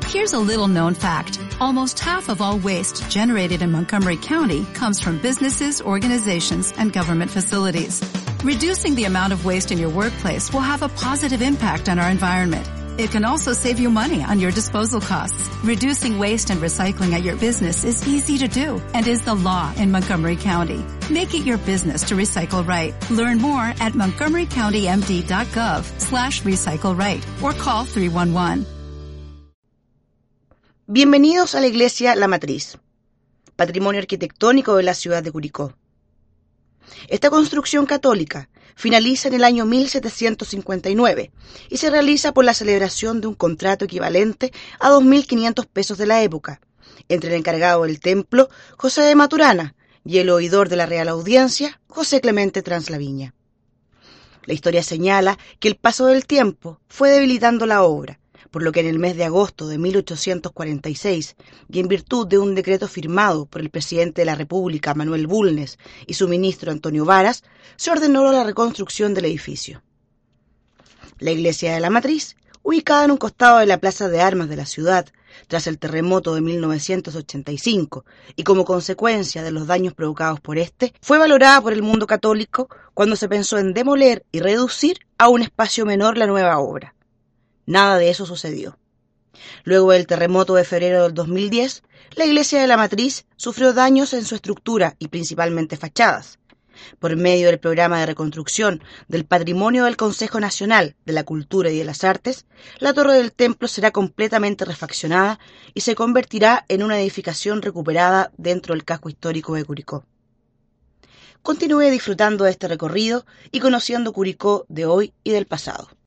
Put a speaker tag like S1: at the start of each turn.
S1: Here's a little-known fact. Almost half of all waste generated in Montgomery County comes from businesses, organizations, and government facilities. Reducing the amount of waste in your workplace will have a positive impact on our environment. It can also save you money on your disposal costs. Reducing waste and recycling at your business is easy to do and is the law in Montgomery County. Make it your business to recycle right. Learn more at montgomerycountymd.gov/recycle right or call 311.
S2: Bienvenidos a la Iglesia La Matriz, patrimonio arquitectónico de la ciudad de Curicó. Esta construcción católica finaliza en el año 1759 y se realiza por la celebración de un contrato equivalente a 2.500 pesos de la época, entre el encargado del templo, José de Maturana, y el oidor de la Real Audiencia, José Clemente Translaviña. La historia señala que el paso del tiempo fue debilitando la obra, por lo que en el mes de agosto de 1846, y en virtud de un decreto firmado por el presidente de la República, Manuel Bulnes, y su ministro Antonio Varas, se ordenó la reconstrucción del edificio. La iglesia de la Matriz, ubicada en un costado de la Plaza de Armas de la ciudad, tras el terremoto de 1985, y como consecuencia de los daños provocados por este, fue valorada por el mundo católico cuando se pensó en demoler y reducir a un espacio menor la nueva obra. Nada de eso sucedió. Luego del terremoto de febrero del 2010, la iglesia de la Matriz sufrió daños en su estructura y principalmente fachadas. Por medio del programa de reconstrucción del patrimonio del Consejo Nacional de la Cultura y de las Artes, la torre del templo será completamente refaccionada y se convertirá en una edificación recuperada dentro del casco histórico de Curicó. Continúe disfrutando de este recorrido y conociendo Curicó de hoy y del pasado.